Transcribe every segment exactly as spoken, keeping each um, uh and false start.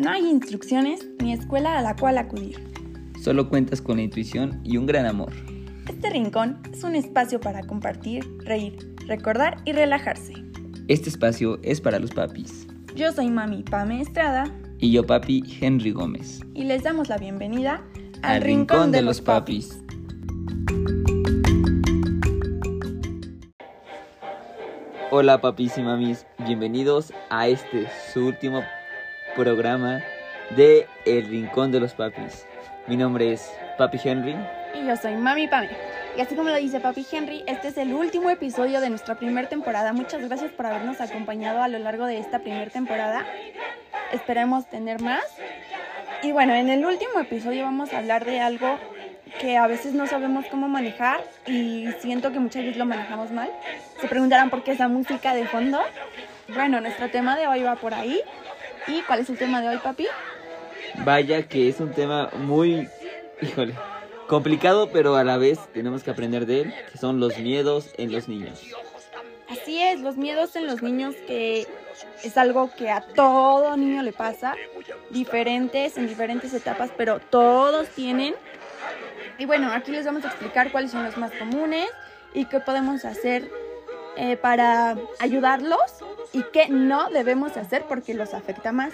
No hay instrucciones ni escuela a la cual acudir. Solo cuentas con la intuición y un gran amor. Este rincón es un espacio para compartir, reír, recordar y relajarse. Este espacio es para los papis. Yo soy Mami Pame Estrada. Y yo papi Henry Gómez. Y les damos la bienvenida al, al Rincón, rincón de, de los Papis. papis. Hola papis y mamis, bienvenidos a este su último programa de El Rincón de los Papis. Mi nombre es Papi Henry. Y yo soy Mami Pame. Y así como lo dice Papi Henry, este es el último episodio de nuestra primera temporada. Muchas gracias por habernos acompañado a lo largo de esta primera temporada. Esperemos tener más. Y bueno, en el último episodio vamos a hablar de algo que a veces no sabemos cómo manejar y siento que muchas veces lo manejamos mal. Se preguntarán por qué esa música de fondo. Bueno, nuestro tema de hoy va por ahí. ¿Y cuál es el tema de hoy, papi? Vaya que es un tema muy, híjole, complicado, pero a la vez tenemos que aprender de él, que son los miedos en los niños. Así es, los miedos en los niños, que es algo que a todo niño le pasa, diferentes, en diferentes etapas, pero todos tienen. Y bueno, aquí les vamos a explicar cuáles son los más comunes y qué podemos hacer eh, para ayudarlos y qué no debemos hacer porque los afecta más.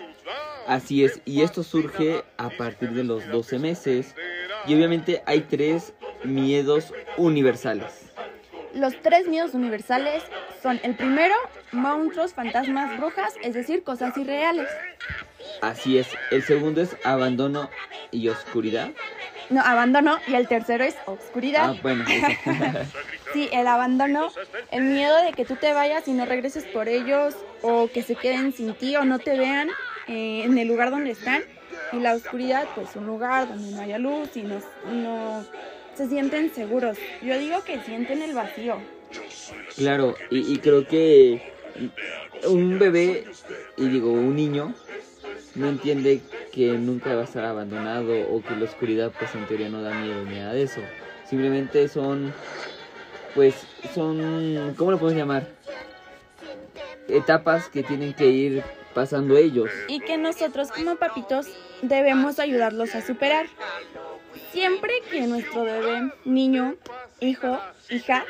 Así es, y esto surge a partir de los doce meses y obviamente hay tres miedos universales. Los tres miedos universales son el primero, monstruos, fantasmas, brujas, es decir, cosas irreales. Así es, el segundo es abandono y oscuridad. No, abandono, y el tercero es oscuridad. Ah, bueno. Sí, el abandono, el miedo de que tú te vayas y no regreses por ellos, o que se queden sin ti o no te vean eh, en el lugar donde están. Y la oscuridad, pues un lugar donde no haya luz y no, no se sienten seguros. Yo digo que sienten el vacío. Claro, y, y creo que un bebé, y digo un niño, no entiende que nunca va a estar abandonado o que la oscuridad pues en teoría no da miedo ni nada de eso. Simplemente son, pues son, ¿cómo lo podemos llamar? Etapas que tienen que ir pasando ellos. Y que nosotros como papitos debemos ayudarlos a superar. Siempre que nuestro bebé, niño, hijo, hija,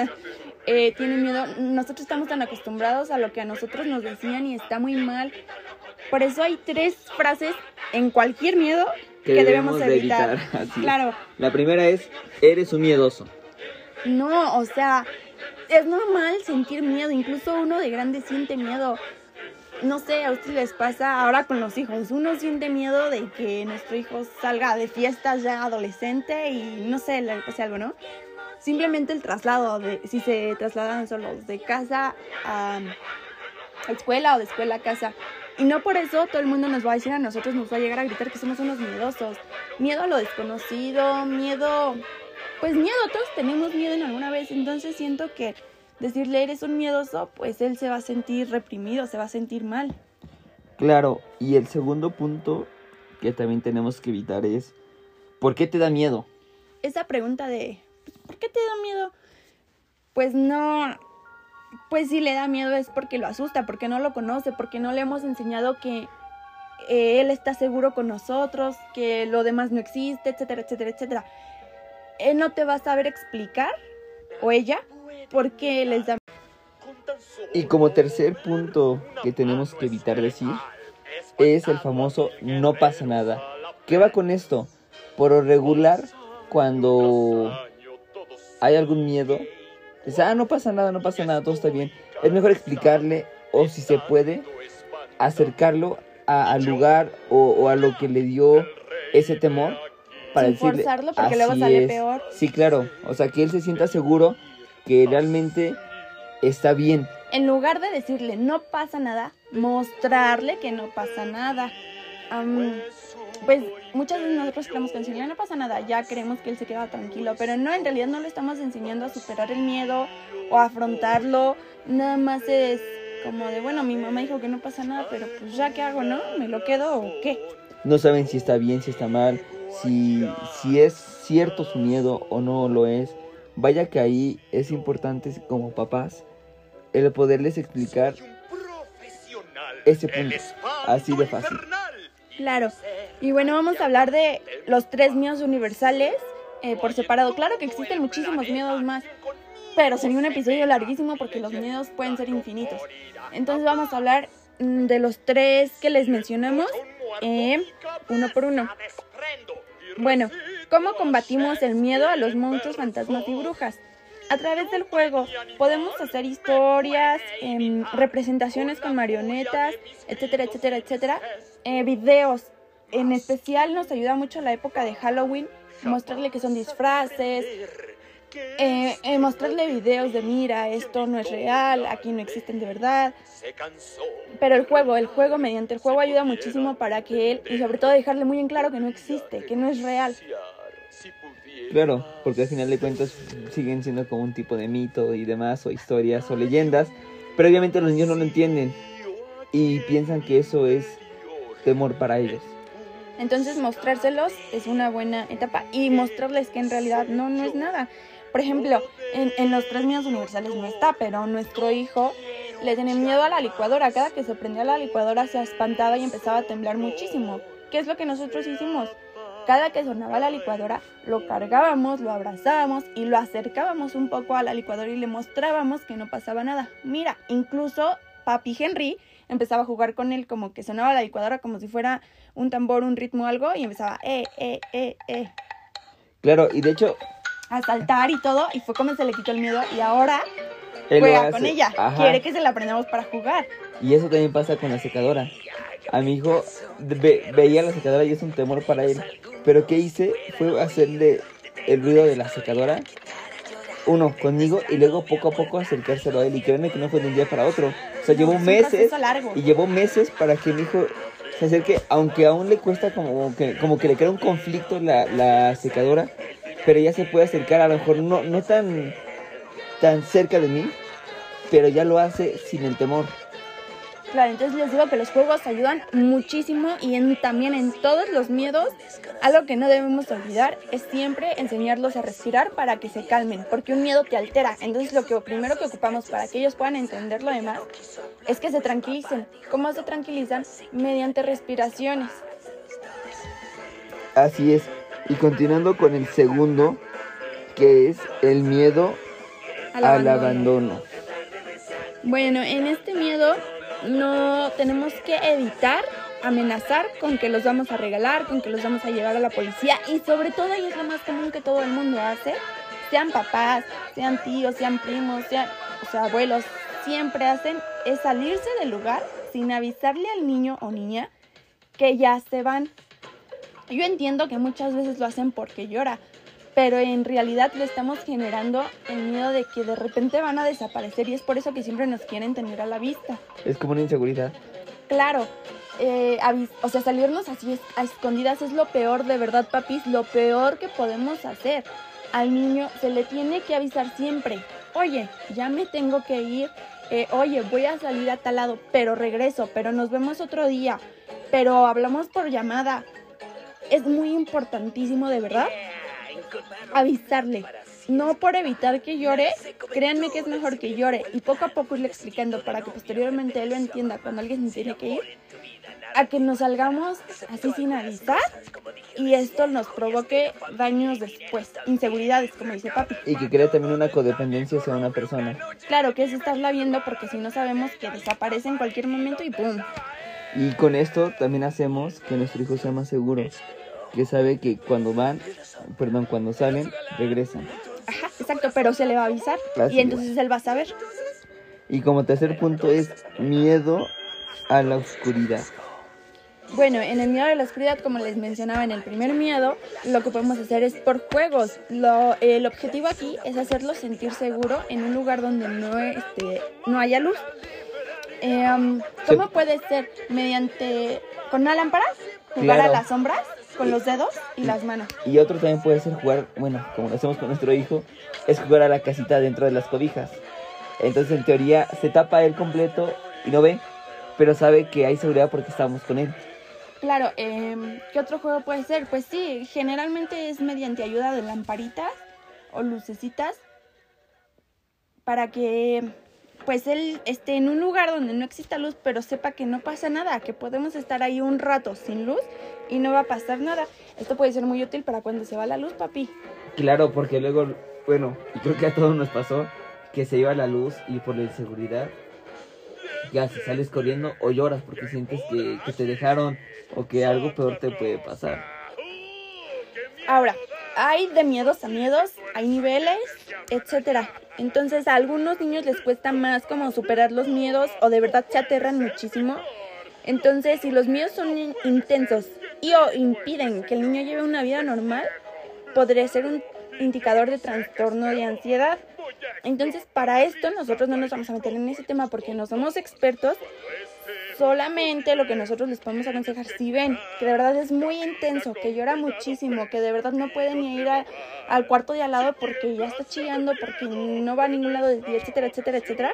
eh, tiene miedo, nosotros estamos tan acostumbrados a lo que a nosotros nos decían y está muy mal. Por eso hay tres frases en cualquier miedo que, que debemos, debemos evitar. evitar. Así claro. Es. La primera es, eres un miedoso. No, o sea, es normal sentir miedo, incluso uno de grande siente miedo. No sé, a ustedes les pasa ahora con los hijos. Uno siente miedo de que nuestro hijo salga de fiestas ya adolescente y no sé, le pase algo, ¿no? Simplemente el traslado, de si se trasladan solos de casa a, a escuela o de escuela a casa. Y no por eso todo el mundo nos va a decir a nosotros, nos va a llegar a gritar que somos unos miedosos. Miedo a lo desconocido, miedo... Pues miedo, todos tenemos miedo en alguna vez. Entonces siento que decirle eres un miedoso, pues él se va a sentir reprimido, se va a sentir mal. Claro, y el segundo punto que también tenemos que evitar es, ¿por qué te da miedo? Esa pregunta de, ¿por qué te da miedo? Pues no... Pues si le da miedo es porque lo asusta, porque no lo conoce, porque no le hemos enseñado que eh, él está seguro con nosotros, que lo demás no existe, etcétera, etcétera, etcétera. Él no te va a saber explicar, o ella, por qué les da miedo. Y como tercer punto que tenemos que evitar decir, es el famoso no pasa nada. ¿Qué va con esto? Por lo regular, cuando hay algún miedo, dice, ah, no pasa nada, no pasa nada, todo está bien. Es mejor explicarle, o si se puede, acercarlo a, al lugar o, o a lo que le dio ese temor. Para Sin decirle, forzarlo porque luego sale es. peor. Sí, claro, o sea, que él se sienta seguro que realmente está bien. En lugar de decirle no pasa nada, mostrarle que no pasa nada. Um, pues muchas veces nosotros creemos que decirle no pasa nada, ya creemos que él se queda tranquilo, pero no, en realidad no le estamos enseñando a superar el miedo o a afrontarlo. Nada más es como de, bueno, mi mamá dijo que no pasa nada, pero pues ya qué hago, ¿no? ¿Me lo quedo o qué? No saben si está bien, si está mal, si, si es cierto su miedo o no lo es. Vaya que ahí es importante como papás el poderles explicar ese punto, así de fácil. Claro. Y bueno, vamos a hablar de los tres miedos universales eh, por separado. Claro que existen muchísimos miedos más, pero sería un episodio larguísimo porque los miedos pueden ser infinitos. Entonces vamos a hablar mm, de los tres que les mencionamos eh, uno por uno. Bueno, ¿cómo combatimos el miedo a los monstruos, fantasmas y brujas? A través del juego podemos hacer historias, eh, representaciones con marionetas, etcétera, etcétera, etcétera. Eh, videos, en especial nos ayuda mucho la época de Halloween, mostrarle que son disfraces, eh, eh, mostrarle videos de mira, esto no es real, aquí no existen de verdad. Pero el juego, el juego mediante el juego ayuda muchísimo para que él, y sobre todo dejarle muy en claro que no existe, que no es real. Claro, porque al final de cuentas siguen siendo como un tipo de mito y demás, o historias o leyendas, pero obviamente los niños no lo entienden y piensan que eso es temor para ellos. Entonces mostrárselos es una buena etapa y mostrarles que en realidad no, no es nada. Por ejemplo, en, en los tres miedos universales no está, pero nuestro hijo le tenía miedo a la licuadora. Cada que se prendía la licuadora se espantaba y empezaba a temblar muchísimo. ¿Qué es lo que nosotros hicimos? Cada que sonaba la licuadora, lo cargábamos, lo abrazábamos y lo acercábamos un poco a la licuadora y le mostrábamos que no pasaba nada. Mira, incluso papi Henry empezaba a jugar con él como que sonaba la licuadora como si fuera un tambor, un ritmo, algo, y empezaba eh, eh, eh, eh. Claro, y de hecho... a saltar y todo, y fue como se le quitó el miedo y ahora él juega con ella. Ajá. Quiere que se la aprendamos para jugar. Y eso también pasa con la secadora. A mi hijo ve, veía la secadora y es un temor para él. Pero ¿qué hice? Fue hacerle el ruido de la secadora, uno, conmigo, y luego poco a poco acercárselo a él. Y créanme que no fue de un día para otro. O sea, no, llevó meses, y llevó meses para que mi hijo se acerque, aunque aún le cuesta como que, como que le crea un conflicto la, la secadora, pero ya se puede acercar, a lo mejor no, no tan, tan cerca de mí, pero ya lo hace sin el temor. Claro, entonces les digo que los juegos ayudan muchísimo y en, también en todos los miedos. Algo que no debemos olvidar es siempre enseñarlos a respirar para que se calmen, porque un miedo te altera. Entonces lo que primero que ocupamos para que ellos puedan entender lo demás es que se tranquilicen. ¿Cómo se tranquilizan? Mediante respiraciones. Así es. Y continuando con el segundo, que es el miedo al, al abandono. abandono. Bueno, en este miedo no tenemos que evitar amenazar con que los vamos a regalar, con que los vamos a llevar a la policía, y sobre todo, y es lo más común que todo el mundo hace, sean papás, sean tíos, sean primos, sean o sea, abuelos, siempre hacen es salirse del lugar sin avisarle al niño o niña que ya se van. Yo entiendo que muchas veces lo hacen porque llora, pero en realidad le estamos generando el miedo de que de repente van a desaparecer, y es por eso que siempre nos quieren tener a la vista. Es como una inseguridad. Claro, eh, avis- o sea, salirnos así a escondidas es lo peor, de verdad, papis, lo peor que podemos hacer. Al niño se le tiene que avisar siempre. Oye, ya me tengo que ir, eh, oye, voy a salir a tal lado, pero regreso, pero nos vemos otro día, pero hablamos por llamada. Es muy importantísimo, de verdad, avisarle, no por evitar que llore. Créanme que es mejor que llore y poco a poco irle explicando para que posteriormente él lo entienda cuando alguien se tiene que ir, a que nos salgamos así sin avisar y esto nos provoque daños después, inseguridades, como dice papi. Y que crea también una codependencia hacia una persona. Claro, que es estarla viendo, porque si no sabemos que desaparece en cualquier momento y ¡pum! Y con esto también hacemos que nuestro hijo sea más seguro, que sabe que cuando van, perdón, cuando salen, regresan. Ajá, exacto, pero se le va a avisar. Así y entonces es. Él va a saber. Y como tercer punto es miedo a la oscuridad. Bueno, en el miedo a la oscuridad, como les mencionaba en el primer miedo, lo que podemos hacer es por juegos. Lo, el objetivo aquí es hacerlo sentir seguro en un lugar donde no, este, no haya luz. Eh, um, ¿Cómo sí. puede ser? Mediante, con una lámpara, jugar claro. a las sombras, con los dedos y, y las manos. Y otro también puede ser jugar, bueno, como lo hacemos con nuestro hijo, es jugar a la casita dentro de las cobijas. Entonces, en teoría, se tapa él completo y no ve, pero sabe que hay seguridad porque estamos con él. Claro, eh, ¿qué otro juego puede ser? Pues sí, generalmente es mediante ayuda de lamparitas o lucecitas para que pues él esté en un lugar donde no exista luz, pero sepa que no pasa nada, que podemos estar ahí un rato sin luz y no va a pasar nada. Esto puede ser muy útil para cuando se va la luz, papi. Claro, porque luego, bueno, y creo que a todos nos pasó que se iba la luz y por la inseguridad ya si sales corriendo o lloras porque sientes que, que te dejaron o que algo peor te puede pasar. Ahora, hay de miedos a miedos, hay niveles, etcétera. Entonces a algunos niños les cuesta más como superar los miedos o de verdad se aterran muchísimo. Entonces, si los miedos son in- intensos y o impiden que el niño lleve una vida normal, podría ser un indicador de trastorno de ansiedad. Entonces, para esto nosotros no nos vamos a meter en ese tema porque no somos expertos. Solamente lo que nosotros les podemos aconsejar, si ven que de verdad es muy intenso, que llora muchísimo, que de verdad no puede ni ir a, al cuarto de al lado porque ya está chillando, porque no va a ningún lado de ti, etcétera, etcétera, etcétera,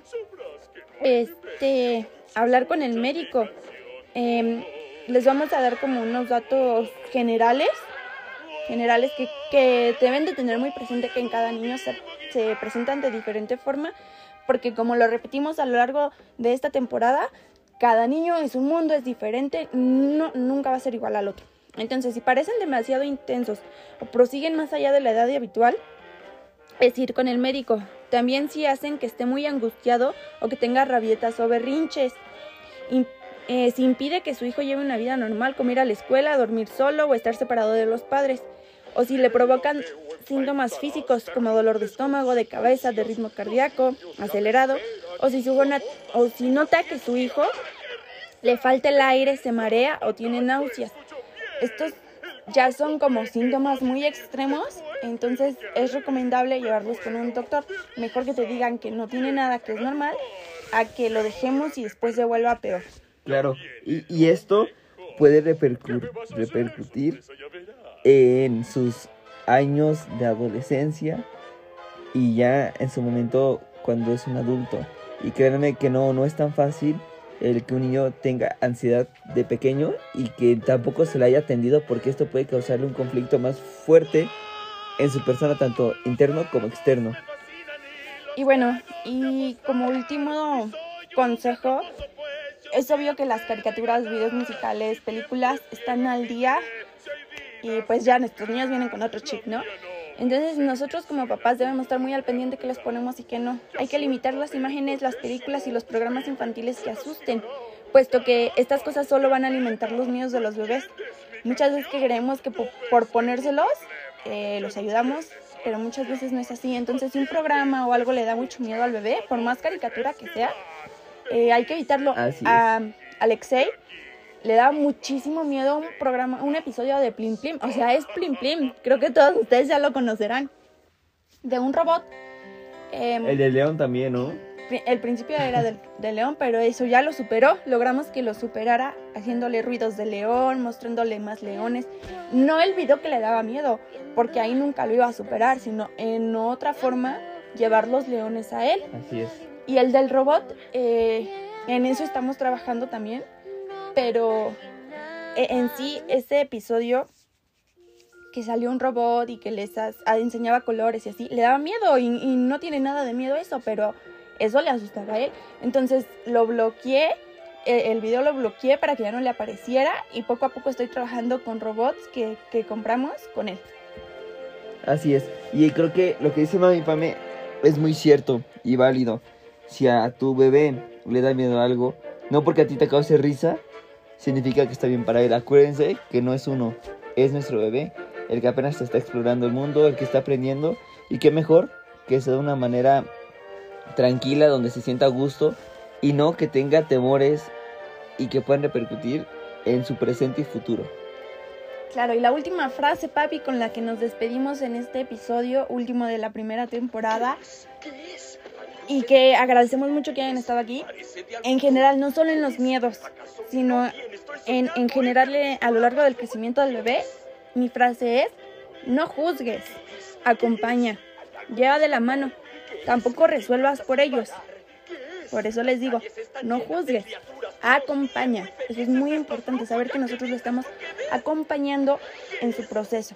este, hablar con el médico. Eh, les vamos a dar como unos datos generales, generales que, que deben de tener muy presente que en cada niño se, se presentan de diferente forma, porque como lo repetimos a lo largo de esta temporada, cada niño es un mundo, es diferente, no, nunca va a ser igual al otro. Entonces, si parecen demasiado intensos o prosiguen más allá de la edad habitual, es ir con el médico. También si hacen que esté muy angustiado o que tenga rabietas o berrinches. Y, eh, si impide que su hijo lleve una vida normal, como ir a la escuela, dormir solo o estar separado de los padres. O si le provocan síntomas físicos como dolor de estómago, de cabeza, de ritmo cardíaco acelerado, o si, su, o si nota que su hijo le falta el aire, se marea o tiene náuseas. Estos ya son como síntomas muy extremos, entonces es recomendable llevarlos con un doctor. Mejor que te digan que no tiene nada, que es normal, a que lo dejemos y después se vuelva peor. Claro, y, y esto puede repercu- repercutir en sus años de adolescencia y ya en su momento cuando es un adulto. Y créanme que no, no es tan fácil el que un niño tenga ansiedad de pequeño y que tampoco se le haya atendido, porque esto puede causarle un conflicto más fuerte en su persona, tanto interno como externo. Y bueno, y como último consejo, es obvio que las caricaturas, videos musicales, películas están al día y pues ya nuestros niños vienen con otro chip, ¿no? Entonces nosotros como papás debemos estar muy al pendiente que les ponemos y que no. Hay que limitar las imágenes, las películas y los programas infantiles que asusten, puesto que estas cosas solo van a alimentar los miedos de los bebés. Muchas veces que creemos que por, por ponérselos eh, los ayudamos, pero muchas veces no es así. Entonces si un programa o algo le da mucho miedo al bebé, por más caricatura que sea, eh, hay que evitarlo. A Alexei le da muchísimo miedo un programa, un episodio de Plim Plim. O sea, es Plim Plim. Creo que todos ustedes ya lo conocerán. De un robot. Eh, el de León también, ¿no? El principio era del, de León, pero eso ya lo superó. Logramos que lo superara haciéndole ruidos de león, mostrándole más leones. No el video que le daba miedo, porque ahí nunca lo iba a superar, sino en otra forma llevar los leones a él. Así es. Y el del robot, eh, en eso estamos trabajando también. Pero en sí, ese episodio que salió un robot y que les as, a, enseñaba colores y así, le daba miedo y, y no tiene nada de miedo eso, pero eso le asustaba a él. Entonces lo bloqueé, eh, el video lo bloqueé para que ya no le apareciera y poco a poco estoy trabajando con robots que, que compramos con él. Así es, y creo que lo que dice Mami Pame es muy cierto y válido. Si a tu bebé le da miedo a algo, no porque a ti te cause risa, significa que está bien para él. Acuérdense que no es uno, es nuestro bebé, el que apenas está explorando el mundo, el que está aprendiendo, y qué mejor que sea de una manera tranquila, donde se sienta a gusto y no que tenga temores y que puedan repercutir en su presente y futuro. Claro, y la última frase, papi, con la que nos despedimos en este episodio último de la primera temporada, y que agradecemos mucho que hayan estado aquí, en general, no solo en los miedos, sino en, en general a lo largo del crecimiento del bebé, mi frase es: no juzgues, acompaña, lleva de la mano, tampoco resuelvas por ellos. Por eso les digo, no juzgues, acompaña. Eso es muy importante, saber que nosotros lo estamos acompañando en su proceso.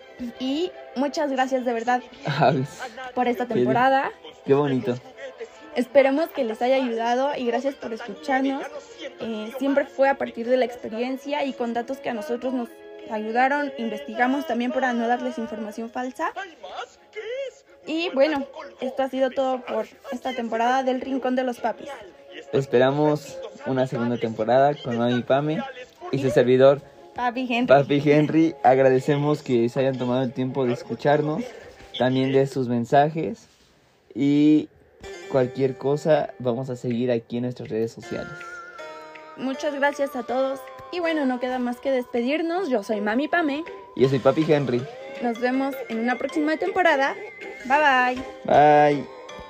Y muchas gracias de verdad por esta temporada. Qué bonito. Esperemos que les haya ayudado y gracias por escucharnos. Eh, siempre fue a partir de la experiencia y con datos que a nosotros nos ayudaron. Investigamos también para no darles información falsa. Y bueno, esto ha sido todo por esta temporada del Rincón de los Papis. Esperamos una segunda temporada con Mami Pame y su servidor Papi Henry. Papi Henry. Agradecemos que se hayan tomado el tiempo de escucharnos, también de sus mensajes, y cualquier cosa vamos a seguir aquí en nuestras redes sociales. Muchas gracias a todos y bueno, no queda más que despedirnos. Yo soy Mami Pame. Y yo soy Papi Henry. Nos vemos en una próxima temporada. Bye bye. Bye.